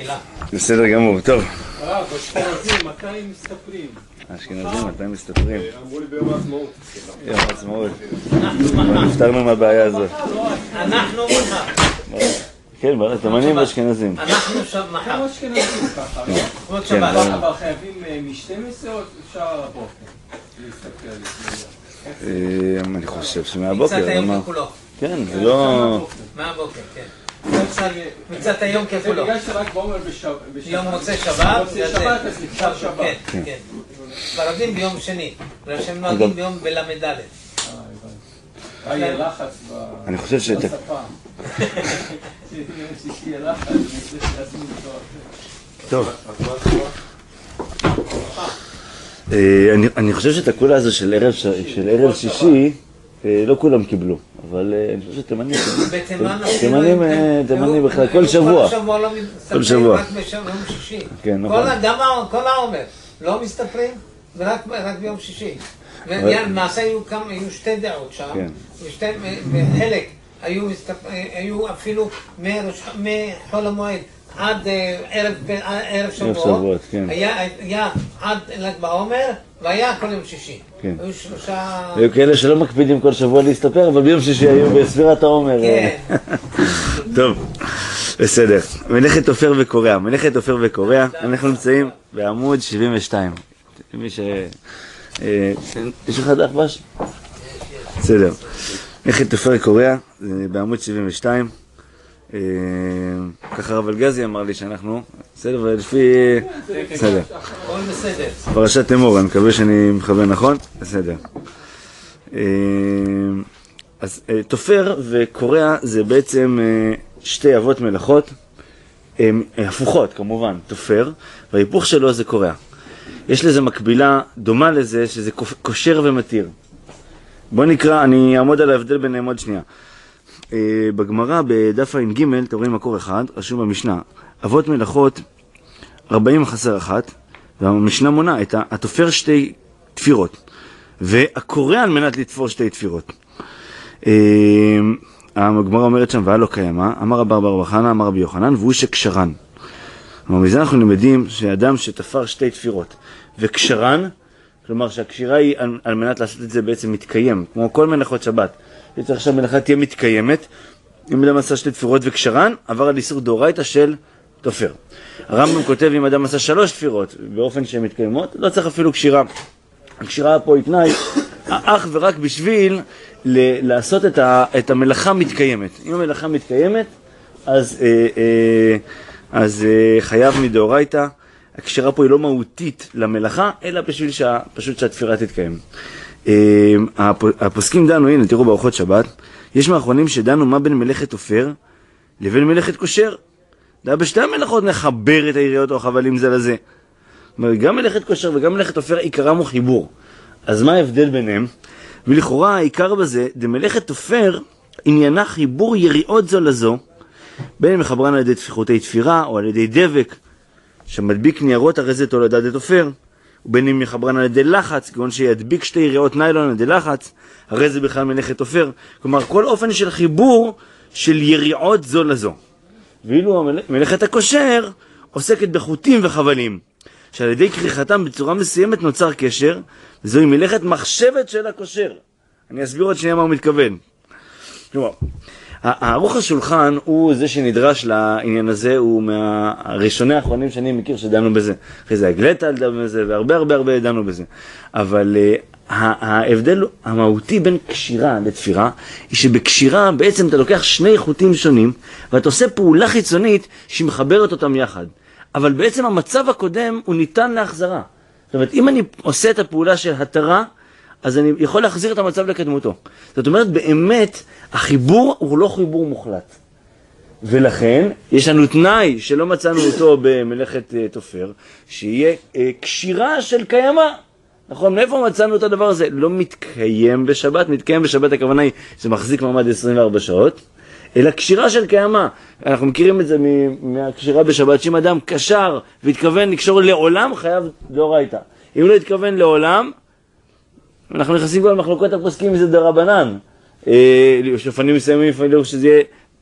מחילה. בסדר גמור, טוב. אשכנזים, מתי מסתפרים? אשכנזים, מתי מסתפרים? אמרו לי ביום העצמאות. יום העצמאות. נפטרנו מהבעיה הזאת. אנחנו מחר. כן, תימנים ואשכנזים. אנחנו שם מחר. כמה אשכנזים ככה, לא? עוד שבת. אבל חייבים מ-12 או אפשר הבוקר? להסתכל לפני. אני חושב שמהבוקר. קצת היום ככולו. כן, זה לא... מהבוקר, כן. קצת היום ככולו. זה בגלל שרק בעומר בשבת. יום מוצא שבת. מוצא שבת, אז לפתח שבת. כן, כן. ספרדים ביום שני. בגלל שהם נוהגים ביום בל"ד. היה לחץ אני חושב בשפה. שיהיה לחץ, אני חושב שיעזמין תואר. טוב. אני חושב שאת הקולה הזו של ערב שישי לא כולם קיבלו, אבל אני חושב שתימנים תימנים בכלל כל שבוע. כל שבוע. רק ביום שישי. כן, נכון. כל העומר לא מסתפרים, ורק ביום שישי. ולמעשה היו שתי דעות שם, וחלק היו אפילו מחול המועד עד ערב שבועות, היה עד ל"ג בעומר, והיה כל יום שישי. היו שלושה... היו כאלה שלא מקפידים כל שבוע להסתפר, אבל ביום שישי היו בספירת העומר. כן. טוב, בסדר. מלאכת תופר וקורע. מלאכת תופר וקורע, אנחנו נמצאים בעמוד 72. מי ש... יש לך דחבש? בסדר. מלאכת תופר וקורע, בעמוד 72. ככה רב אלגזי אמר לי שאנחנו, בסדר, ולפי... בסדר. הכל בסדר. פרשת אמור, אני מקווה שאני מכוון נכון? בסדר. אז תופר וקורע זה בעצם שתי אבות מלאכות, הפוכות כמובן, תופר, וההיפוך שלו זה קורע. יש לזה מקבילה דומה לזה שזה קושר ומתיר. בוא נקרא, אני אעמוד על ההבדל ביניהם עוד שנייה. בגמרא בדף ע"ג, אתם רואים מקור אחד, רשום במשנה, אבות מלאכות 40 חסר אחת, והמשנה מונה את התופר שתי תפירות, והקורא על מנת לתפור שתי תפירות. הגמרא אומרת שם, והיה לא קיימה, אמר רב בר חנא, אמר רבי יוחנן, והוא שקשרן. כלומר, מזה אנחנו למדים שאדם שתפר שתי תפירות, וקשרן, כלומר שהקשירה היא על מנת לעשות את זה בעצם מתקיים, כמו כל מלאכות שבת. צריך שהמלאכה תהיה מתקיימת, אם אדם עשה שתי תפירות וקשרן, עבר על איסור דאורייתא של תופר. הרמב"ם כותב, אם אדם עשה 3 תפירות באופן שהן מתקיימות, לא צריך אפילו קשירה. הקשירה פה היא תנאי, אך ורק בשביל לעשות את המלאכה מתקיימת. אם המלאכה מתקיימת, אז חייב מדאורייתא. הקשירה פה היא לא מהותית למלאכה, אלא בשביל פשוט שהתפירה תתקיים. הפוסקים דנו, הנה תראו בארוחות שבת, יש מאחרונים שדנו מה בין מלאכת תופר לבין מלאכת קושר. בשתי המלאכות נחבר את היריעות או החבלים זה לזה. גם מלאכת קושר וגם מלאכת תופר עיקרם הוא חיבור. אז מה ההבדל ביניהם? ולכאורה העיקר בזה, דמלאכת תופר עניינה חיבור יריעות זו לזו, בין אם מחברן על ידי תפיחותי תפירה או על ידי דבק שמדביק ניירות, הרי זה תולדה דתופר, ובין אם מחברן על ידי לחץ, כגון שידביק שתי יריעות ניילון על ידי לחץ, הרי זה בכלל מלאכת תופר. כלומר, כל אופן של חיבור של יריעות זו לזו. ואילו מלאכת הקושר עוסקת בחוטים וחבלים, שעל ידי כריכתם בצורה מסוימת נוצר קשר, וזוהי מלאכת מחשבת של הקושר. אני אסביר עוד שנייה מה הוא מתכוון. כלומר, הערוך השולחן הוא זה שנדרש לעניין הזה, הוא מהראשוני האחרונים שאני מכיר שדנו בזה. אחרי זה הגלטה דנו בזה, והרבה הרבה הרבה דנו בזה. אבל ההבדל המהותי בין קשירה לתפירה, היא שבקשירה בעצם אתה לוקח שני חוטים שונים, ואתה עושה פעולה חיצונית שמחברת אותם יחד. אבל בעצם המצב הקודם הוא ניתן להחזרה. זאת אומרת, אם אני עושה את הפעולה של התרה, אז אני יכול להחזיר את המצב לקדמותו. זאת אומרת, באמת, החיבור הוא לא חיבור מוחלט. ולכן, יש לנו תנאי שלא מצאנו אותו במלאכת תופר, שיהיה קשירה של קיימה. נכון, מאיפה מצאנו את הדבר הזה? לא מתקיים בשבת, מתקיים בשבת הכוונה היא, זה מחזיק מעמד 24 שעות, אלא קשירה של קיימה. אנחנו מכירים את זה מהקשירה בשבת, שאם אדם קשר והתכוון לקשור לעולם, חייב דאורייתא. אם לא התכוון לעולם, אנחנו נכנסים כבר למחלוקות הפוסקים, זה דרבנן. שופנים מסוימים יפעלו שזה יהיה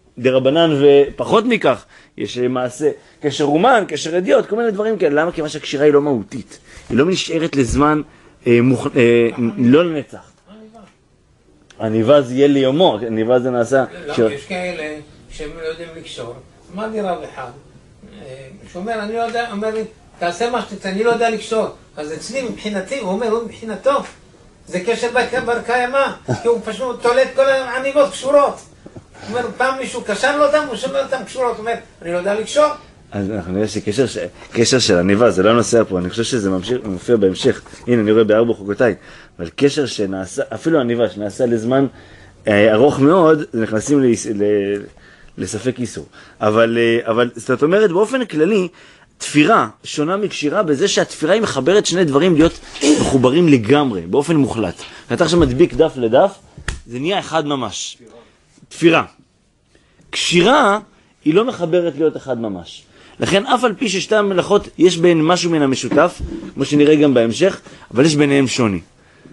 דרבנן ופחות מכך, יש מעשה, קשר רומן, קשר ידיעות, כל מיני דברים כאלה. למה? כיוון שהקשירה היא לא מהותית, היא לא נשארת לזמן, לא לנצח. עניבה זה יהיה ליומו, עניבה זה נעשה... יש כאלה שהם לא יודעים לקשור. מה לי רב אחד? שאומר, אני לא יודע, אומר לי, תעשה מה שתצא, אני לא יודע לקשור. אז אצלי מבחינתי, הוא אומר, הוא מבחינתו, זה קשר בר קיימא, כי הוא פשוט תולה את כל העניבות קשורות. הוא אומר, פעם מישהו קשר לו אותם, הוא שומר אותם קשורות, הוא אומר, אני לא יודע לקשור. אז אנחנו נראה שקשר של עניבה, זה לא נושא פה, אני חושב שזה מופיע בהמשך. הנה, אני רואה בארבע חוקותיי. אבל קשר שנעשה, אפילו עניבה שנעשה לזמן ארוך מאוד, נכנסים לספק איסור. אבל זאת אומרת, באופן כללי, תפירה שונה מקשירה בזה שהתפירה היא מחברת שני דברים להיות מחוברים לגמרי, באופן מוחלט. אתה עכשיו מדביק דף לדף, זה נהיה אחד ממש. תפירה. קשירה היא לא מחברת להיות אחד ממש. לכן אף על פי ששתי המלאכות יש בהן משהו מן המשותף, כמו שנראה גם בהמשך, אבל יש ביניהם שוני.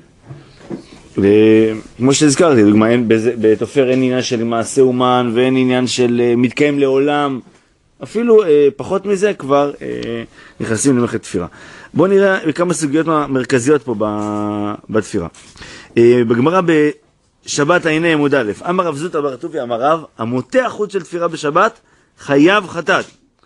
כמו שהזכרתי, דוגמה, בתופר אין עניין של מעשה אומן ואין עניין של מתקיים לעולם, אפילו פחות מזה כבר נכנסים למלאכת תפירה. בואו נראה כמה סוגיות מרכזיות פה בתפירה. בגמרא בשבת העיני עמוד א', אמר רב זוטא בר טוביה אמר רב, המותח חוט של תפירה בשבת חייב חטאת.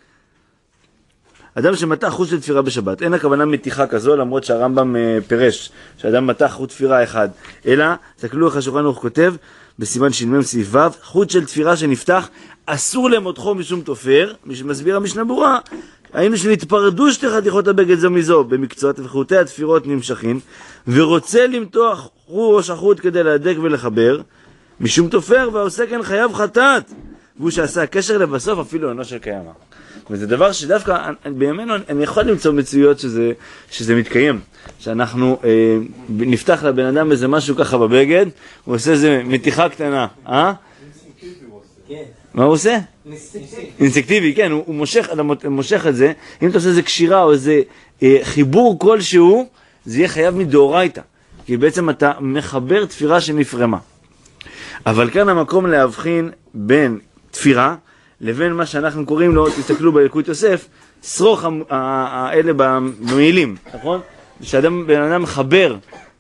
אדם שמתח חוט של תפירה בשבת, אין הכוונה מתיחה כזו, למרות שהרמב"ם פירש שאדם מתח חוט תפירה אחד, אלא, תסתכלו איך השולחן ערוך כותב, בסימן שמ"ם סעיף ו', חוט של תפירה שנפתח, אסור למותחו משום תופר, מי שמסביר המשנה ברורה, היינו שנתפרדו שתי חתיכות הבגד זו מזו, במקצועות וחוטי התפירות נמשכים, ורוצה למתוח ראש החוט כדי להדק ולחבר, משום תופר, והעושה כן חייב חטאת, והוא שעשה קשר לבסוף אפילו אינו של קיימא. וזה דבר שדווקא בימינו אני יכול למצוא מצויות שזה מתקיים, שאנחנו נפתח לבן אדם איזה משהו ככה בבגד, הוא עושה איזה מתיחה קטנה, מה הוא עושה? אינסטינקטיבי, כן, הוא מושך את זה. אם אתה עושה איזה קשירה או איזה חיבור כלשהו, זה יהיה חייב מדאורייתא, כי בעצם אתה מחבר תפירה שנפרמה. אבל כאן המקום להבחין בין תפירה לבין מה שאנחנו קוראים לו, תסתכלו בילקוט יוסף, שרוך האלה במעילים, נכון? בן אדם מחבר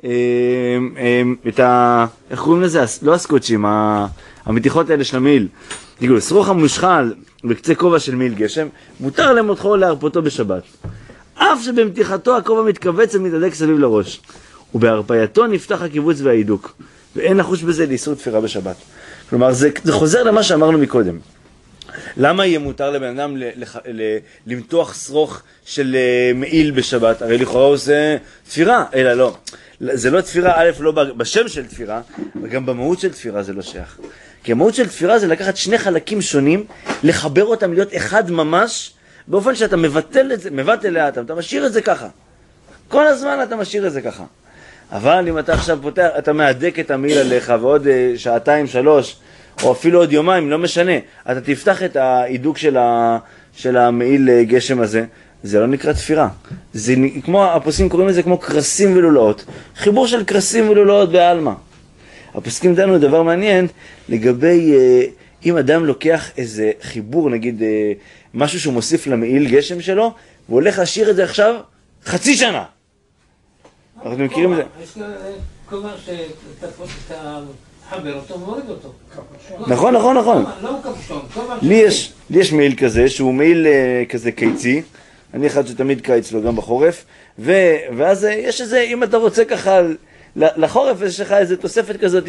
את איך קוראים לזה? לא הסקוטשים, המתיחות האלה של המעיל. תגידו, שרוך המושחל בקצה כובע של מעיל גשם, מותר למותחו להרפותו בשבת. אף שבמתיחתו הכובע מתכווץ ומתהדק סביב לראש. ובהרפייתו נפתח הקיבוץ וההידוק. ואין לחוש בזה לאיסור תפירה בשבת. כלומר, זה חוזר למה שאמרנו מקודם. למה יהיה מותר לבן אדם למתוח שרוך של מעיל בשבת? הרי לכאורה הוא עושה תפירה, אלא לא. זה לא תפירה, א', לא בשם של תפירה, וגם במהות של תפירה זה לא שייך. כי המהות של תפירה זה לקחת שני חלקים שונים, לחבר אותם להיות אחד ממש, באופן שאתה מבטל את זה, מבטל לאטם, אתה משאיר את זה ככה. כל הזמן אתה משאיר את זה ככה. אבל אם אתה עכשיו פותח, אתה מהדק את המעיל עליך, ועוד שעתיים, שלוש, או אפילו עוד יומיים, לא משנה, אתה תפתח את ההידוק של המעיל גשם הזה, זה לא נקרא תפירה. זה כמו, הפוסקים קוראים לזה כמו קרסים ולולאות. חיבור של קרסים ולולאות בעלמא. הפוסקים דנו דבר מעניין לגבי אם אדם לוקח איזה חיבור, נגיד משהו שהוא מוסיף למעיל גשם שלו, והוא הולך להשאיר את זה עכשיו חצי שנה. אנחנו מכירים את זה. יש כלומר שאתה חבר אותו ומוריד אותו. נכון, נכון, נכון. לא קפשון. לי יש מעיל כזה, שהוא מעיל כזה קיצי. אני אחד שתמיד קיץ לו גם בחורף. ואז יש איזה, אם אתה רוצה ככה לחורף, יש לך איזה תוספת כזאת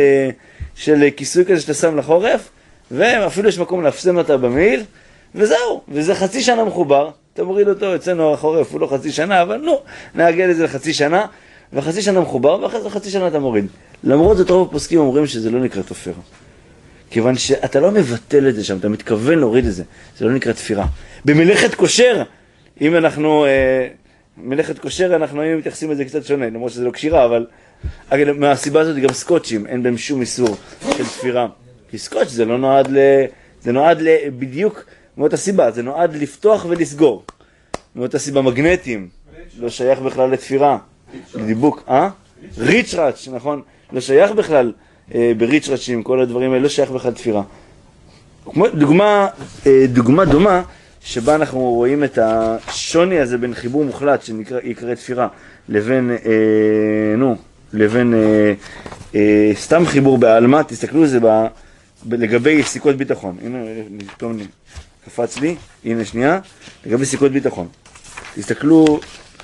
של כיסוי כזה שאתה שם לחורף, ואפילו יש מקום להפסם אותה במעיל, וזהו. וזה חצי שנה מחובר. אתה מוריד אותו, אצלנו החורף הוא לא חצי שנה, אבל נו, נעגל את זה לחצי שנה, וחצי שנה מחובר, ואחרי זה חצי שנה אתה מוריד. למרות זאת רוב הפוסקים אומרים שזה לא נקרא תופר. כיוון שאתה לא מבטל את זה שם, אתה מתכוון להוריד את זה. זה לא נקרא תפירה. במלאכת כושר, אם אנחנו, מלאכת כושר, אנחנו היינו מתייחסים לזה קצת שונה, למרות שזה לא קשירה, אבל מהסיבה הזאת גם סקוטשים, אין בהם שום איסור של תפירה. כי סקוטש זה לא נועד זה נועד בדיוק מאותה סיבה, זה נועד לפתוח ולסגור. מאותה סיבה מגנטים, לא שייך בכלל לתפירה, לדיבוק, ריצ'ראץ', נכון? לא שייך בכלל בריצ'ראץ'ים, כל הדברים האלה, לא שייך בכלל תפירה. דוגמה דומה, שבה אנחנו רואים את השוני הזה בין חיבור מוחלט, שיקרא תפירה, לבין סתם חיבור בעלמא. תסתכלו על זה לגבי סיכות ביטחון. הנה, פתאום קפץ לי, הנה שנייה, לגבי סיכות ביטחון. תסתכלו,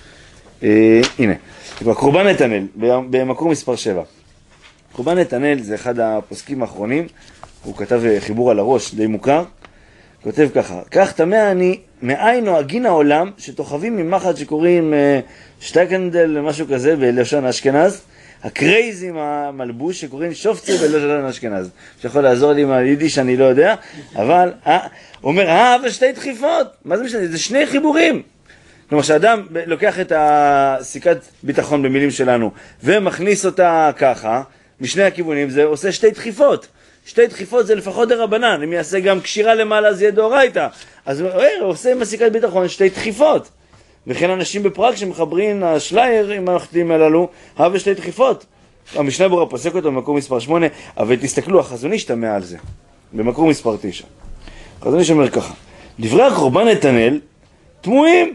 הנה, קורבן נתנאל, במקור מספר 7. קורבן נתנאל זה אחד הפוסקים האחרונים, הוא כתב חיבור על הראש די מוכר, כותב ככה: כך תמה אני, מאין נוהגין העולם שתוכבים ממחט שקוראים שטייקנדל, משהו כזה בלשון אשכנז, הקרייזים המלבוש שקוראים שופצי בלשון אשכנז. שיכול לעזור לי עם היידיש, אני לא יודע, אבל הוא אומר, אבל שתי דחיפות, מה זה משנה? זה שני חיבורים. כלומר, שאדם לוקח את הסיכת ביטחון במילים שלנו ומכניס אותה ככה, משני הכיוונים, זה עושה שתי דחיפות. שתי דחיפות זה לפחות דרבנן, אם יעשה גם קשירה למעלה אז יהיה דאורייתא. אז הוא עושה עם הסיכת ביטחון שתי דחיפות. וכן אנשים בפראג שמחברים השלייר עם המחתים הללו, הווה שתי דחיפות. המשנה ברורה פוסק אותו במקור מספר 8, אבל תסתכלו, החזון איש תמה על זה, במקור מספר 9. החזון איש אומר ככה: דברי הקורבן נתנאל תמוהים.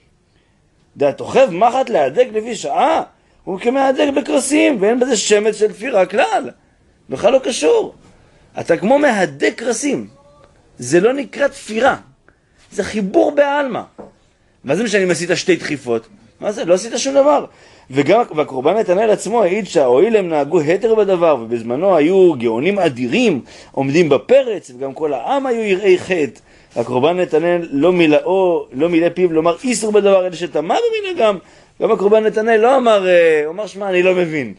דעת תוכב מחט להדק לפי שעה, הוא כמהדק בקרסים, ואין בזה שמץ של תפירה כלל. בכלל לא קשור. אתה כמו מהדק קרסים. זה לא נקרא תפירה. זה חיבור בעלמא. מה זה משנה אם עשית שתי דחיפות? מה זה? לא עשית שום דבר. וגם הקורבן נתנאל עצמו העיד שהאוהל הם נהגו היתר בדבר, ובזמנו היו גאונים אדירים עומדים בפרץ, וגם כל העם היו יראי חטא. הקורבן נתנאל לא מילא פיו לומר איסור בדבר, אלא שתמה במנהגם. גם הקורבן נתנאל לא אמר, הוא אמר שמע, אני לא מבין.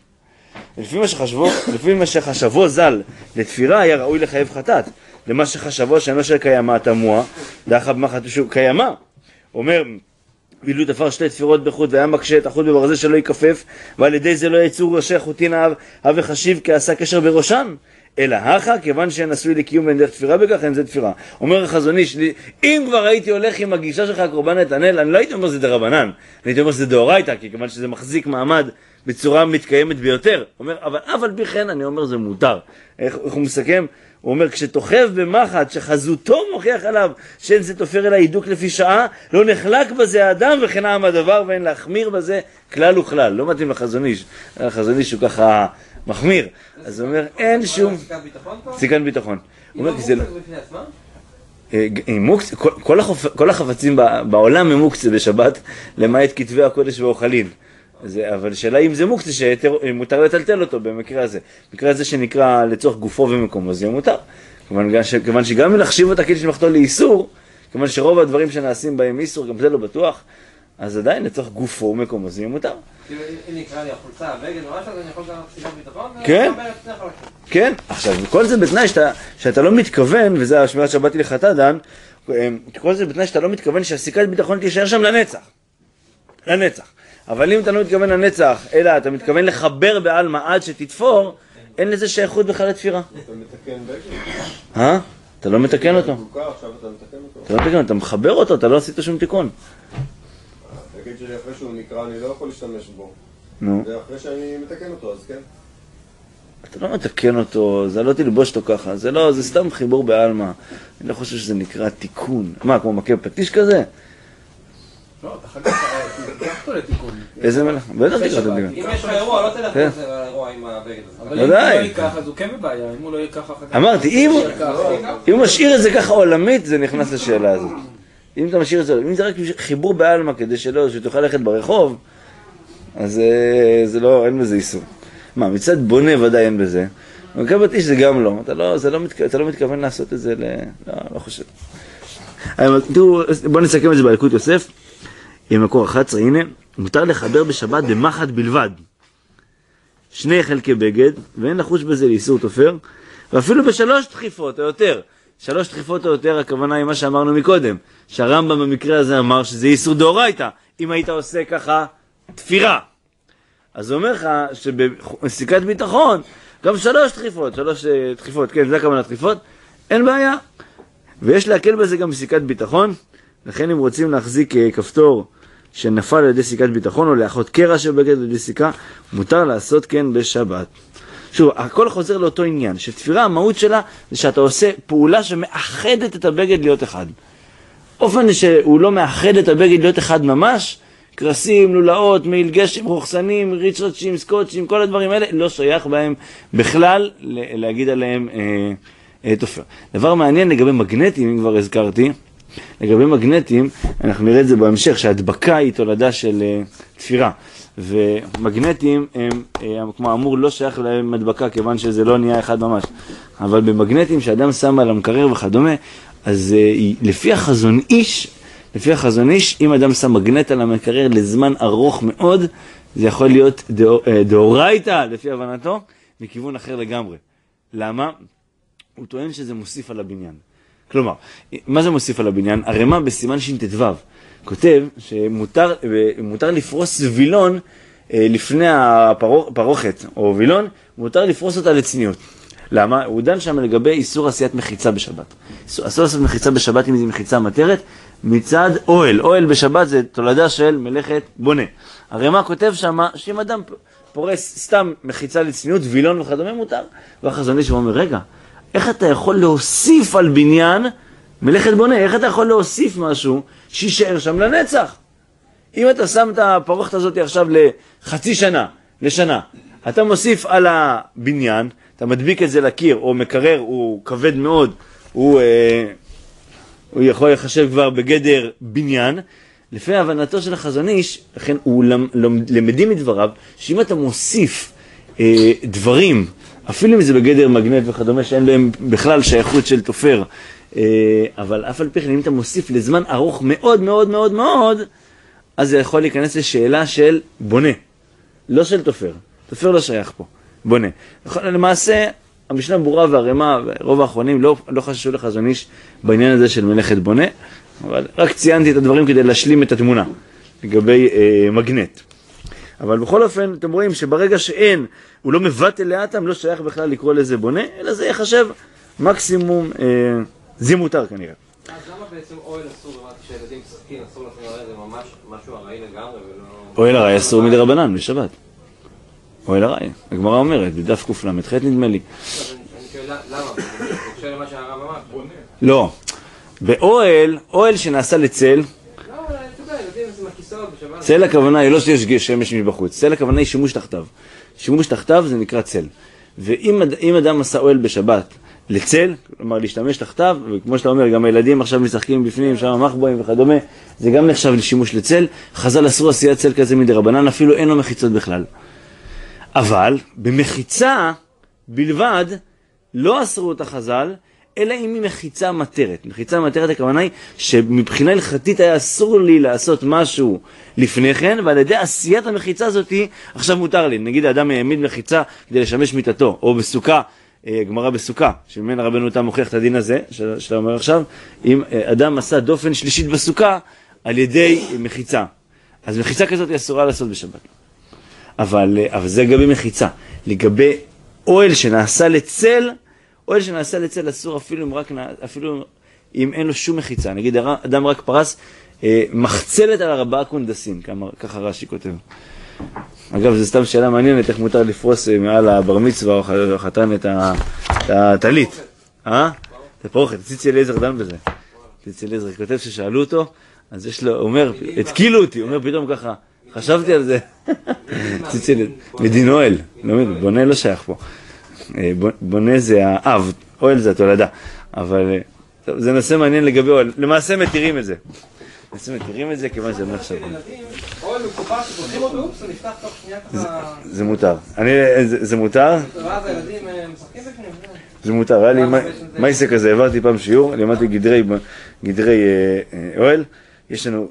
לפי מה שחשבו ז"ל לתפירה היה ראוי לחייב חטאת. למה שחשבו שאינו של קיימה תמוה, דאחר במחט שהוא קיימה. אומר, ואילו תפר שתי תפירות בחוט והיה מקשה את החוט בברזל שלא ייכפף, ועל ידי זה לא יצאו ראשי חוטין הווה חשיב כעשה קשר בראשן, אלא הכה, כיוון שהן עשוי לקיום בין דרך תפירה בכך, אין זה תפירה. אומר החזון איש, אם כבר הייתי הולך עם הגישה שלך הקורבן נתנאל, אני לא הייתי אומר זה דרבנן, אני הייתי אומר זה דאורייתא, כי כיוון שזה מחזיק מעמד בצורה מתקיימת ביותר. אומר, אבל אף על פי כן אני אומר זה מותר. איך הוא מסכם? הוא אומר, כשתוכב במחט שחזותו מוכיח עליו שאין זה תופר אלא הידוק לפי שעה, לא נחלק בזה האדם וכן העם הדבר, ואין להחמיר בזה כלל וכלל. לא מתאים לחזון איש. החזון איש הוא ככה מחמיר. אז הוא אומר, אין שום... סיכת ביטחון. הוא אומר, כי זה לא... כל החפצים בעולם הם מוקצה בשבת, למעט כתבי הקודש ואוכלין. אבל שאלה אם זה מוקצה שמותר לטלטל אותו במקרה הזה. במקרה הזה שנקרא לצורך גופו ומקומו, זה מותר. כיוון שגם אם להחשיב אותה כאילו שמחתו לאיסור, כיוון שרוב הדברים שנעשים בהם איסור, גם זה לא בטוח, אז עדיין לצורך גופו ומקומו, זה מותר. אם נקרא לי החולצה, הבגד או משהו, אני יכול גם סיכת ביטחון? כן, כן. עכשיו, כל זה בתנאי שאתה לא מתכוון, וזה השמירת שבאתי לחטא דן, כל זה בתנאי שאתה לא מתכוון שהסיכת ביטחון תישאר שם לנצח. לנצח. אבל אם אתה לא מתכוון לנצח, אלא אתה מתכוון לחבר בעלמא עד שתתפור, אין לזה שייכות בכלל לתפירה. אתה מתקן בגד? אתה לא מתקן אותו. עכשיו אתה מתקן אותו. אתה לא מתקן אותו, אתה מחבר אותו, אתה לא עשית שום תיקון. הבגד שלי אחרי שהוא נקרא, אני לא יכול להשתמש בו. נו. ואחרי שאני מתקן אותו, אז כן. אתה לא מתקן אותו, זה לא תלבוש אותו ככה, זה לא, זה סתם חיבור בעלמא. אני לא חושב שזה נקרא תיקון. מה, כמו מכה פטיש כזה? לא, אתה חכה, תיקח אותו לתיקון. איזה מלך? בטח תקרא את התיקון. אם יש לך אירוע, לא תלך לאירוע עם הבגד הזה. אבל אם הוא לא ייקח, אז הוא כן בבעיה, אם הוא לא ייקח אחר כך... אמרתי, אם הוא משאיר את זה ככה עולמית, זה נכנס לשאלה הזאת. אם אתה משאיר את זה, אם זה רק חיבור בעלמא כדי שתוכל ללכת ברחוב, אז זה לא, אין בזה איסור. מה, מצד בונה ודאי אין בזה. מכה פטיש זה גם לא. אתה לא מתכוון לעשות את זה לא חושב. בואו נסכם את זה בילקוט יוסף. עם מקור 11, הנה, מותר לחבר בשבת במחט בלבד. 2 חלקי בגד, ואין לחוש בזה לאיסור תופר, ואפילו ב3 דחיפות או יותר. 3 דחיפות או יותר, הכוונה היא מה שאמרנו מקודם, שהרמב"ם במקרה הזה אמר שזה איסור דאורייתא, אם היית עושה ככה תפירה. אז הוא אומר לך שבסיכת ביטחון, גם 3 דחיפות, 3 דחיפות, כן, זה הכוונה דחיפות, אין בעיה. ויש להקל בזה גם בסיכת ביטחון, לכן אם רוצים להחזיק כפתור שנפל על ידי סיכת ביטחון, או לאחות קרע שבגד על ידי סיכה, מותר לעשות כן בשבת. שוב, הכל חוזר לאותו עניין, שתפירה המהות שלה זה שאתה עושה פעולה שמאחדת את הבגד להיות אחד. אופן שהוא לא מאחד את הבגד להיות אחד ממש, קרסים, לולאות, מעיל גשם, רוחסנים, ריצ'רצ'ים, סקוטשים, כל הדברים האלה, לא שייך בהם בכלל להגיד עליהם תופר. דבר מעניין לגבי מגנטים, אם כבר הזכרתי, לגבי מגנטים, אנחנו נראה את זה בהמשך, שההדבקה היא תולדה של תפירה. ומגנטים הם, כמו אמור, לא שייך להם הדבקה, כיוון שזה לא נהיה אחד ממש. אבל במגנטים שאדם שם על המקרר וכדומה, אז לפי החזון איש, אם אדם שם מגנט על המקרר לזמן ארוך מאוד, זה יכול להיות דאורייתא, לפי הבנתו, מכיוון אחר לגמרי. למה? הוא טוען שזה מוסיף על הבניין. כלומר, מה זה מוסיף על הבניין? הרמ"א בסימן ש"ט"ו כותב שמותר לפרוס וילון לפני הפרוכת או וילון, מותר לפרוס אותה לצניעות. למה? הוא דן שם לגבי איסור עשיית מחיצה בשבת. אסור לעשות מחיצה בשבת אם זו מחיצה מטרת, מצד אוהל. אוהל בשבת זה תולדה של מלאכת בונה. הרמ"א כותב שם שאם אדם פורס סתם מחיצה לצניעות, וילון וכדומה מותר. והחזון איש אומר, רגע, איך אתה יכול להוסיף על בניין מלאכת בונה? איך אתה יכול להוסיף משהו שישאר שם לנצח? אם אתה שם את הפרוכת הזאת עכשיו לחצי שנה, לשנה, אתה מוסיף על הבניין, אתה מדביק את זה לקיר, או מקרר, הוא כבד מאוד, הוא יכול לחשב כבר בגדר בניין, לפי הבנתו של החזון איש, לכן הוא למדים מדבריו, שאם אתה מוסיף דברים, אפילו אם זה בגדר מגנט וכדומה, שאין בהם בכלל שייכות של תופר, אבל אף על פי כן, אם אתה מוסיף לזמן ארוך מאוד מאוד מאוד מאוד, אז זה יכול להיכנס לשאלה של בונה, לא של תופר. תופר לא שייך פה, בונה. למעשה, המשנה ברורה והרמ"א, רוב האחרונים לא חששו לחזון איש בעניין הזה של מלאכת בונה, אבל רק ציינתי את הדברים כדי להשלים את התמונה לגבי מגנט. אבל בכל אופן, אתם רואים שברגע שאין, הוא לא מבטל לאטם, לא שייך בכלל לקרוא לזה בונה, אלא זה יחשב מקסימום זימותר כנראה. אז למה בעצם אוהל אסור, אמרתי שילדים משחקים, אסור לכם הרי זה ממש משהו ארעי לגמרי ולא... אוהל ארעי אסור מדרבנן, בשבת. אוהל ארעי, הגמרא אומרת, בדף קל"ח נדמה לי. אני שואל למה? אני חושב למה שהרב אמר. בונה. לא, באוהל שנעשה לצל, לא, אבל אתה יודע, ילדים זה מהכיסאות בשבת. צל הכוונה היא לא שיש שמש מבחוץ, צל הכוונה היא שימוש תחתיו. שימוש תחתיו זה נקרא צל. ואם אדם עשה אוהל בשבת לצל, כלומר להשתמש תחתיו, וכמו שאתה אומר, גם הילדים עכשיו משחקים בפנים, שם מחבואים וכדומה, זה גם נחשב לשימוש לצל. חז"ל אסרו עשיית צל כזה מדרבנן, אפילו אין לו מחיצות בכלל. אבל במחיצה בלבד לא אסרו אותה חז"ל, אלא אם היא מחיצה מטרת. מחיצה מטרת הכוונה היא שמבחינה הלכתית היה אסור לי לעשות משהו לפני כן, ועל ידי עשיית המחיצה הזאת עכשיו מותר לי. נגיד האדם העמיד מחיצה כדי לשמש מיטתו, או בסוכה, גמרא בסוכה, שממנה רבנו תם מוכיח את הדין הזה, שאתה אומר עכשיו, אם אדם עשה דופן שלישית בסוכה על ידי מחיצה. אז מחיצה כזאת היא אסורה לעשות בשבת. אבל זה לגבי מחיצה. לגבי אוהל שנעשה לצל, אוהל שנעשה לצל אסור אפילו אם אין לו שום מחיצה. נגיד אדם רק פרס מחצלת על 4 קונדסים, ככה רש"י כותב. אגב, זו סתם שאלה מעניינת, איך מותר לפרוס מעל הבר מצווה או חתן את הטלית. את הפרוכת, ציצי אליעזר דן בזה. ציצי אליעזר כותב ששאלו אותו, אז יש לו, אומר, התקילו אותי, אומר פתאום ככה, חשבתי על זה. ציצי אליעזר, מדין אוהל, בונה לא שייך פה. בונה זה האב, אוהל זה התולדה. אבל זה נושא מעניין לגבי אוהל, למעשה מתירים את זה. מתירים את זה כיוון שזה נחשב. אוהל מקופש, שפותחים אותו, הוא נפתח תוך שנייה ככה... זה מוטר. זה מוטר? ואז הילדים משחקים בפנים. זה מותר. היה לי מייסה כזה, העברתי פעם שיעור, לימדתי גדרי אוהל. יש לנו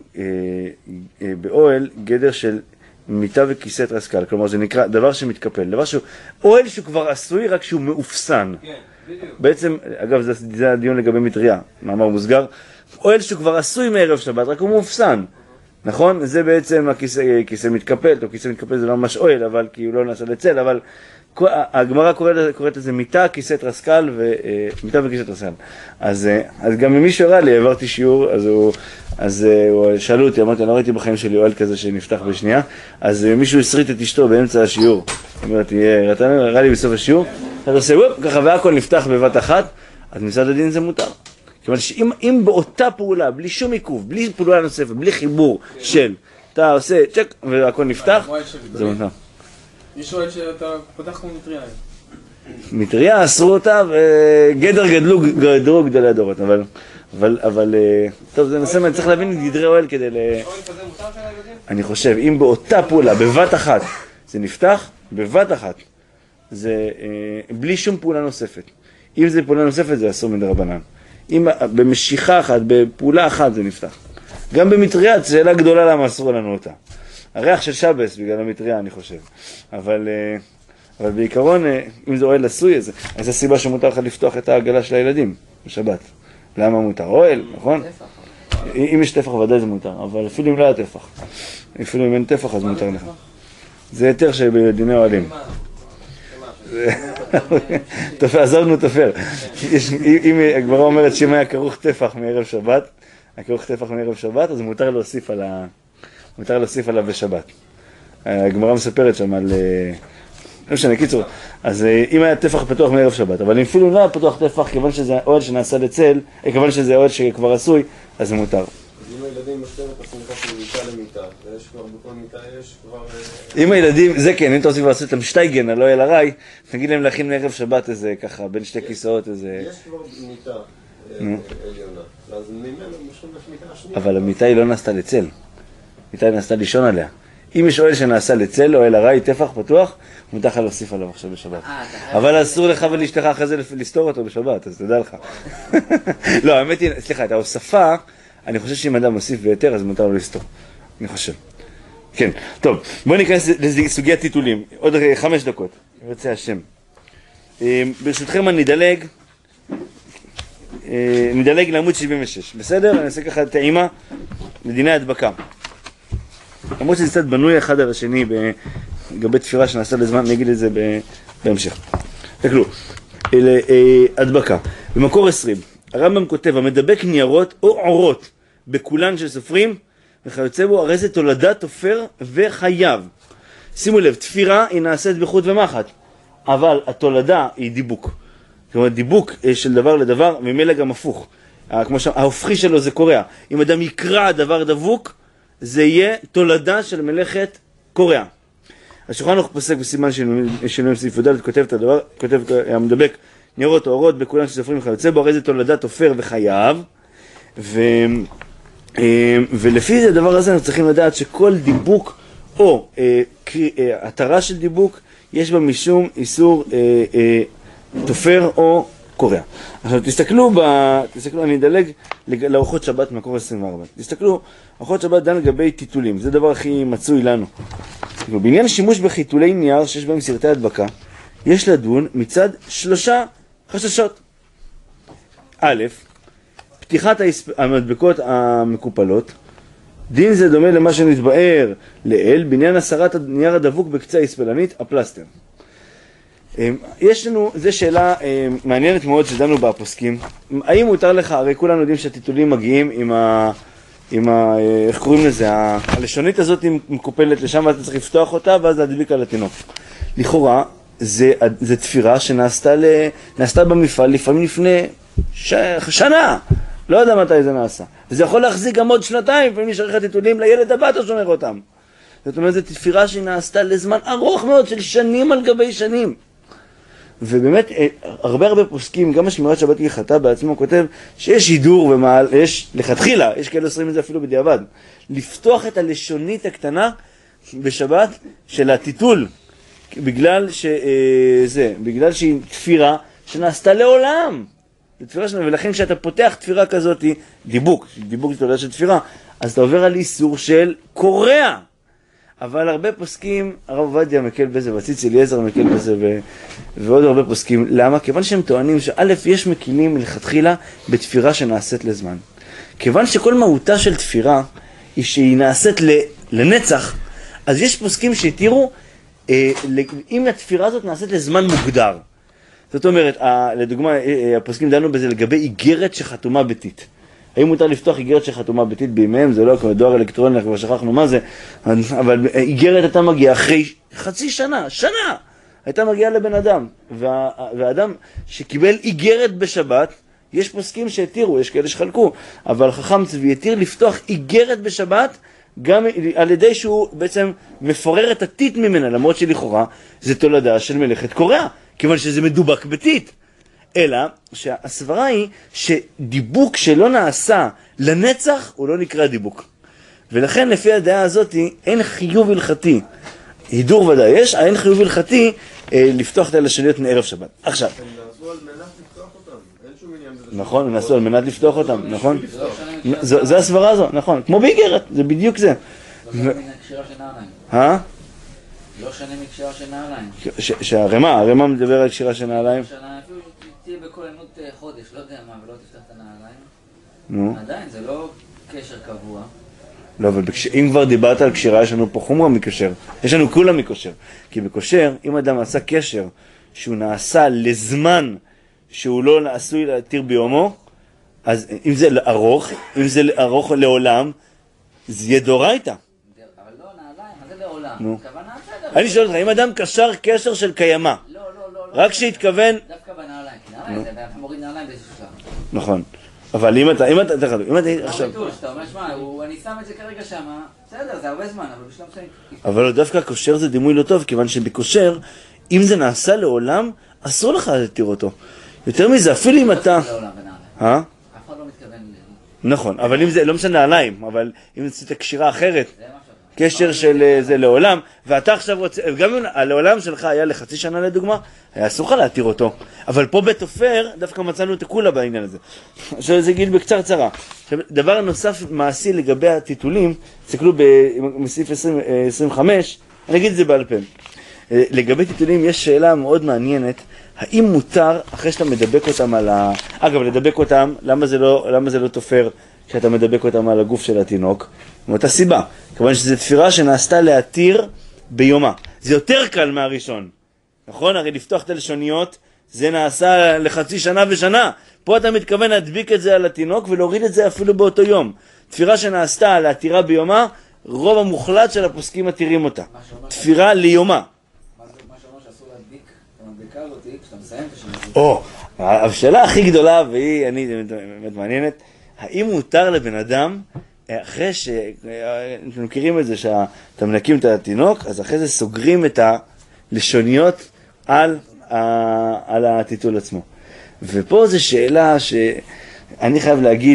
באוהל גדר של מיטה וכיסא תרסקל, כלומר זה נקרא דבר שמתקפל, דבר שהוא, אוהל שהוא כבר עשוי רק שהוא מאופסן. כן, בדיוק. בעצם, אגב זה הדיון לגבי מטריה, מאמר מוסגר, אוהל שהוא כבר עשוי מערב שבת, רק הוא מאופסן. נכון? זה בעצם הכיסא מתקפל, או כיסא מתקפל זה לא ממש אוהל, אבל כי הוא לא נעשה לצל, אבל הגמרא קוראת לזה מיטה, כיסא תרסקל, מיטה וכיסא תרסקל. אז גם ממי שהראה לי, העברתי שיעור, אז אז שאלו אותי, אמרתי, אני לא ראיתי בחיים שלי אוהל כזה שנפתח בשנייה, אז מישהו הסריט את אשתו באמצע השיעור. אומרת, הראה לי בסוף השיעור, אתה עושה וופ, ככה והכל נפתח בבת אחת, אז מצד הדין זה מותר. כיוון שאם באותה פעולה, בלי שום עיכוב, בלי פעולה נוספת, בלי חיבור של, אתה עושה צ'ק והכל נפתח, זה מותר. יש אוהל שאתה פותח כמו מטריה. מטריה אסרו אותה וגדר גדרו גדולי הדורות, אבל טוב, זה נושא, אני צריך להבין את גדרי אוהל כדי אני חושב, אם באותה פעולה, בבת אחת, זה נפתח, בבת אחת, זה בלי שום פעולה נוספת. אם זה פעולה נוספת, זה אסור מדרבנן. אם במשיכה אחת, בפעולה אחת זה נפתח. גם במטריה, שאלה גדולה למה אסור לנו אותה. הריח של שבס בגלל המטריה, אני חושב. אבל בעיקרון, אם זה אוהל עשוי, אז זו הסיבה שמותר לך לפתוח את העגלה של הילדים בשבת. למה מותר? אוהל, נכון? אם יש טפח ודאי זה מותר, אבל אפילו אם לא היה טפח. אפילו אם אין טפח אז מותר לך. זה יותר שבדיני אוהלים. עזבנו תופר. אם הגמרא אומרת שאם היה כרוך טפח מערב שבת, הכרוך טפח מערב שבת, אז מותר להוסיף עליו בשבת. הגמרא מספרת שם על... לא משנה, קיצור. אז אם היה טפח פתוח מערב שבת, אבל אם אפילו לא היה פתוח טפח, כיוון שזה אוהל שנעשה לצל, כיוון שזה אוהל שכבר עשוי, אז זה מותר. אז אם הילדים בסרט, אז נכנס ממיטה למיטה, ויש כבר בכל מיטה, יש כבר... אם הילדים, זה כן, אם אתה רוצה לעשות להם שטייגן, על אוהל הרי, תגיד להם להכין מערב שבת איזה ככה, בין שתי כיסאות איזה... יש כבר מיטה עליונה, אז ממנו משום מיטה השנייה. אבל המיטה היא לא נעשתה לצל, המיטה היא נעשתה לישון עליה. אם יש אוהל שנעשה לצל, אוהל הרי, טפח פתוח, מותר לך להוסיף עליו עכשיו בשבת. אבל אסור לך ולאשתך אחרי זה לסתור אותו בשבת, אז תדע לך. לא, האמת היא, סליחה, את ההוספה, אני חושב שאם אדם מוסיף ביותר, אז מותר לו לסתור. אני חושב. כן, טוב, בואו ניכנס לסוגיית טיטולים. עוד 5 דקות, ירצה השם. ברשותכם אני נדלג לעמוד 76, בסדר? אני אעשה ככה טעימה לדיני הדבקה. למרות שזה קצת בנוי אחד על השני לגבי תפירה שנעשה לזמן, נגיד את זה בהמשך. תקלו, הדבקה. במקור 20, הרמב"ם כותב, המדבק ניירות או עורות בכולן של סופרים, וכיוצא בו, הרי זה תולדת תופר וחייב. שימו לב, תפירה היא נעשית בחוט ומחט, אבל התולדה היא דיבוק. זאת אומרת, דיבוק של דבר לדבר, ממילא גם הפוך. כמו שההופכי שלו זה קורע. אם אדם יקרא דבר דבוק, זה יהיה תולדה של מלאכת קורע. השולחן ערוך פוסק בסימן שינויים סעיף י"ד, כותב את הדבר, כותב המדבק ניירות או אורות בכולן של סופרים וכיוצא בו, הרי זה תולדת תופר וחייב. ולפי הדבר הזה אנחנו צריכים לדעת שכל דיבוק או התרה של דיבוק יש בה משום איסור תופר או קורע. עכשיו תסתכלו, אני אדלג לארוחות שבת מקור 24. תסתכלו, ארוחות שבת דן לגבי טיטולים, זה הדבר הכי מצוי לנו. בעניין שימוש בחיתולי נייר שיש בהם סרטי הדבקה, יש לדון מצד 3 חששות. א', פתיחת המדבקות המקופלות, דין זה דומה למה שנתבאר לעיל, בעניין הסרת הנייר הדבוק בקצה האספלנית, הפלסטר. יש לנו, זו שאלה מעניינת מאוד שדנו בפוסקים. האם מותר לך, הרי כולנו יודעים שהטיטולים מגיעים עם איך קוראים לזה, הלשונית הזאת היא מקופלת לשם ואתה צריך לפתוח אותה ואז להדביק על התינוק. לכאורה, זה תפירה שנעשתה במפעל לפעמים לפני שנה. לא יודע מתי זה נעשה. וזה יכול להחזיק גם עוד 2 לפעמים נשאר לך טיטולים לילד הבא אתה שומר אותם. זאת אומרת, זו תפירה שנעשתה לזמן ארוך מאוד של שנים על גבי שנים. ובאמת, הרבה פוסקים, גם השמירת שבת כהלכתה בעצמו כותב שיש הידור יש לכתחילה, יש כאלה עושים את זה אפילו בדיעבד, לפתוח את הלשונית הקטנה בשבת של הטיטול, בגלל שהיא תפירה שנעשתה לעולם. ולכן כשאתה פותח תפירה כזאת, דיבוק זה תולדה של תפירה, אז אתה עובר על איסור של קורע. אבל הרבה פוסקים, הרב עובדיה מקל בזה, וציץ אליעזר מקל בזה, ועוד הרבה פוסקים. למה? כיוון שהם טוענים שא' יש מקילים מלכתחילה בתפירה שנעשית לזמן. כיוון שכל מהותה של תפירה היא שהיא נעשית לנצח, אז יש פוסקים שהתירו, אם התפירה הזאת נעשית לזמן מוגדר. זאת אומרת, לדוגמה, הפוסקים דנו בזה לגבי איגרת שחתומה בתית. האם מותר לפתוח איגרת שחתומה ביתית בימיהם? זה לא כמו דואר אלקטרוני, כבר שכחנו מה זה, אבל איגרת הייתה מגיעה אחרי חצי שנה, שנה, הייתה מגיעה לבן אדם, והאדם שקיבל איגרת בשבת, יש פוסקים שהתירו, יש כאלה שחלקו, אבל חכם צבי התיר לפתוח איגרת בשבת, גם על ידי שהוא בעצם מפורר את הטיט ממנה, למרות שלכאורה זה תולדה של מלאכת קוריאה, כיוון שזה מדובק בטיט. אלא שהסברה היא שדיבוק שלא נעשה לנצח הוא לא נקרא דיבוק. ולכן לפי הדעה הזאת אין חיוב הלכתי, הידור ודאי יש, אין חיוב הלכתי לפתוח את הלשוניות מערב שבת. עכשיו. הם נעשו על מנת לפתוח אותם, אין שום עניין בזה. נכון, הם נעשו על מנת לפתוח אותם, נכון? זה הסברה הזו, נכון, כמו באיגרת, זה בדיוק זה. לא שונה מקשירה של נעליים. לא שונה מקשירה של נעליים. הרמה מדבר על קשירה של נעליים. אפילו תהיה בכוננות חודש, לא יודע מה, ולא תפתח את הנעליים. נו. עדיין, זה לא קשר קבוע. לא, אבל אם כבר דיברת על קשירה, יש לנו פה חומרה מקושר. יש לנו כולה מקושר. כי בקושר, אם אדם עשה קשר שהוא נעשה לזמן שהוא לא עשוי להתיר ביומו, אז אם זה ארוך, אם זה ארוך לעולם, זה יהיה דאורייתא. אבל לא נעליים, מה זה לעולם? נו. כוונה בסדר. אני שואל אותך, אם אדם קשר קשר של קיימה, לא. רק שהתכוון... דווקא בנעליים. נעליים, אתה מוריד נעליים באיזשהו שלב. נכון. אבל אם אתה עכשיו... אתה אומר, שמע, אני שם את זה כרגע שמה, בסדר, זה הרבה זמן, אבל בשלב מסוים... אבל דווקא קושר זה דימוי לא טוב, כיוון שבקושר, אם זה נעשה לעולם, אסור לך להתיר אותו. יותר מזה, אפילו אם אתה... לעולם בנעליים. אף אחד לא מתכוון... נכון, אבל אם זה, לא משנה נעליים, אבל אם זה קשירה אחרת, זה מה קשר של זה לעולם, ואתה עכשיו רוצה, גם אם הלעולם שלך היה לחצי שנה לדוגמה, היה אסור לך להתיר אותו. אבל פה בתופר, דווקא מצאנו את הכולה בעניין הזה. עכשיו זה גיל בקצר צרה. עכשיו, דבר נוסף מעשי לגבי הטיטולים, תסתכלו בסעיף 25, אני אגיד את זה בעל פה. לגבי טיטולים יש שאלה מאוד מעניינת, האם מותר, אחרי שאתה מדבק אותם על אגב, לדבק אותם, למה זה לא תופר כשאתה מדבק אותם על הגוף של התינוק? מאותה סיבה, כיוון שזו תפירה שנעשתה להתיר ביומה. זה יותר קל מהראשון. נכון? הרי לפתוח את הלשוניות, זה נעשה לחצי שנה ושנה. פה אתה מתכוון להדביק את זה על התינוק ולהוריד את זה אפילו באותו יום. תפירה שנעשתה להתירה ביומה, רוב המוחלט של הפוסקים מתירים אותה. תפירה ליומה. מה שאומר שאסור להדביק, את המדבקה הזאת, כשאתה מסיים את השנה. השאלה הכי גדולה, והיא, אני באמת מעניינת, האם מותר לבן אדם, אחרי שאתם מכירים את זה, שאתה מנקים את התינוק, אז אחרי זה סוגרים את הלשוניות על הטיטול עצמו. ופה זו שאלה שאני חייב להגיד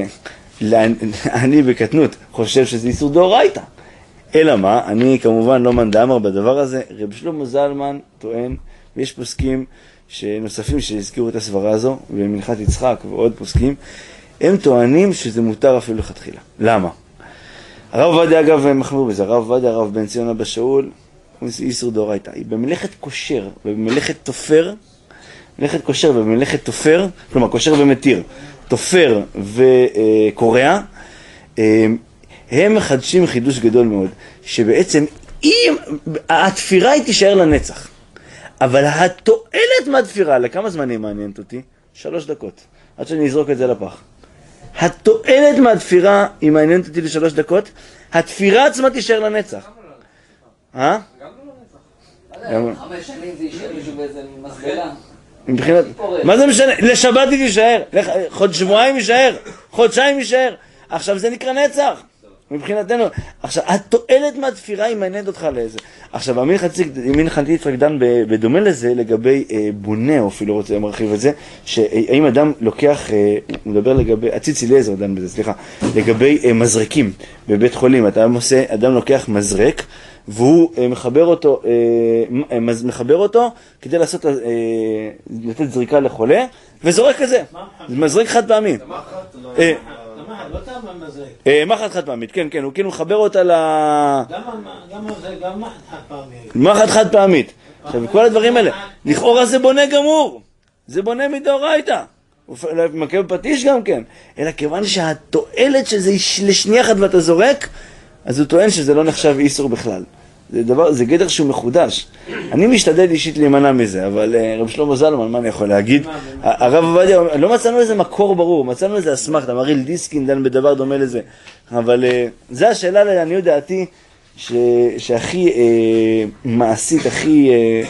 שאני בקטנות חושב שזה איסור דאורייתא. אלא מה? אני כמובן לא מאן דאמר בדבר הזה. רב שלמה זלמן טוען, ויש פוסקים נוספים שהזכירו את הסברה הזו, במנחת יצחק ועוד פוסקים, הם טוענים שזה מותר אפילו לכתחילה. למה? הרב עובדיה אגב מחמיר בזה, הרב עובדיה, הרב בן ציון אבא שאול, הוא איסור דאורייתא. במלאכת כושר ובמלאכת תופר, מלאכת כושר ובמלאכת תופר, כלומר כושר ומתיר, תופר וקוריאה, הם מחדשים חידוש גדול מאוד, שבעצם אם התפירה היא תישאר לנצח, אבל התועלת מהתפירה, לכמה זמנים מעניינת אותי? 3 דקות, עד שאני אזרוק את זה לפח. התועלת מהתפירה היא מעניינת אותי ל3 דקות, התפירה עצמה תישאר לנצח. גם לא לנצח. 5 שנים זה יישאר מישהו באיזה מסגלה. מבחינת, מה זה משנה? לשבת היא תישאר, שבועיים יישאר, חודשיים יישאר. עכשיו זה נקרא נצח, מבחינתנו. עכשיו, התועלת מהתפירה היא מעניינת אותך לאיזה. עכשיו, אמין חלטית פרקדן בדומה לזה, לגבי בונה, או אפילו רוצה להרחיב את זה, שהאם אדם לוקח, הוא מדבר לגבי, הציצי אליעזר דן בזה, סליחה, לגבי מזרקים בבית חולים. אדם לוקח מזרק, והוא מחבר אותו כדי לתת זריקה לחולה, וזורק כזה. זה מזרק חד פעמי. לא טעם המזרק. מחט חד פעמית, כן, כן, הוא כאילו מחבר אותה גם מחט חד פעמית. מחט חד פעמית. עכשיו, כל הדברים האלה, לכאורה זה בונה גמור. זה בונה מדאורייתא. הוא מכה בפטיש גם כן. אלא כיוון שהתועלת שזה לשנייה אחת ואתה זורק, אז הוא טוען שזה לא נחשב איסור בכלל. זה גדר שהוא מחודש. אני משתדל אישית להימנע מזה, אבל רב שלמה זלמן, מה אני יכול להגיד? הרב עובדיה, לא מצאנו איזה מקור ברור, מצאנו איזה אסמכתא, מריל דיסקין דן בדבר דומה לזה. אבל זה השאלה לעניות דעתי, שהכי מעשית, הכי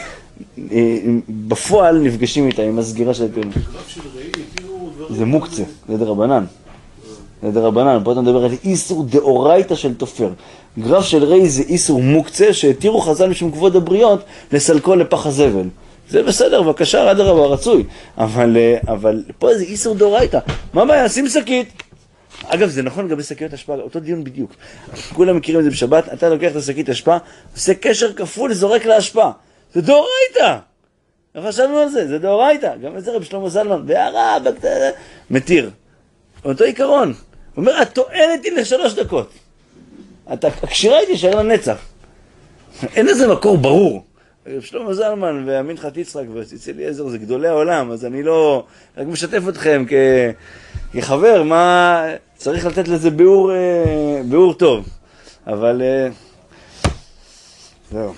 בפועל נפגשים איתה, עם הסגירה של הפירוש. זה מוקצה, זה דרבנן. זה דרבנן, פה אתה מדבר על איסור דאורייתא של תופר. גרף של רי זה איסור מוקצה שהתירו חז"ל משום כבוד הבריות לסלקו לפח הזבל. זה בסדר, בבקשה, עד הרבה רצוי. אבל פה זה איסור דאורייתא. מה הבעיה? שים שקית. אגב, זה נכון לגבי שקיות אשפה, אותו דיון בדיוק. כולם מכירים את זה בשבת, אתה לוקח את השקית אשפה, עושה קשר כפול, זורק לאשפה. זה דאורייתא. חשבנו על זה, זה דאורייתא. גם את זה רב שלמה זלמן, בהערה, מתיר. אותו עיקרון. הוא אומר, התועלת היא ל3 דקות. הקשירה היא תישאר לנצח. אין איזה מקור ברור. רב שלמה זלמן והמנחת יצחק וציצי אליעזר זה גדולי העולם, אז אני לא רק משתף אתכם כחבר, מה צריך לתת לזה ביאור טוב. אבל זהו.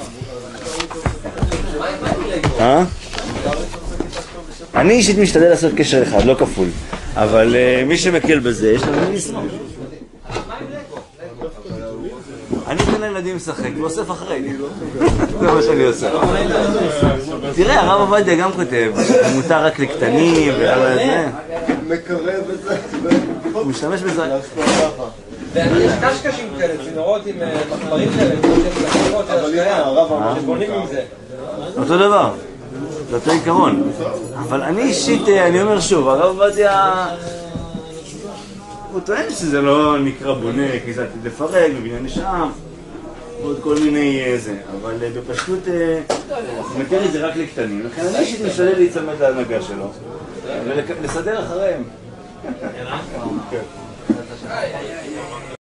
אני אישית משתדל לעשות קשר אחד, לא כפול. אבל מי שמקל בזה, יש לנו מי לשמוח. אני אתן לילדים לשחק, ואוסף אחרי. זה מה שאני עושה. תראה, הרב עובדיה גם כותב, מותר רק לקטנים, ולמה זה. מקרב את זה. הוא משתמש בזה. ויש קשקשים כאלה, צינורות עם מחברים כאלה, אבל הרב שבונים עם זה. אותו דבר. זה אותו עיקרון. אבל אני אישית, אני אומר שוב, הרב עובדיה, הוא טוען שזה לא נקרא בונה, כי זה לפרק, בבניין שם, עוד כל מיני זה, אבל בפשטות מתיר את זה רק לקטנים, לכן אני אישית משתדל להיצמד להנהגה שלו, ולסדר אחריהם.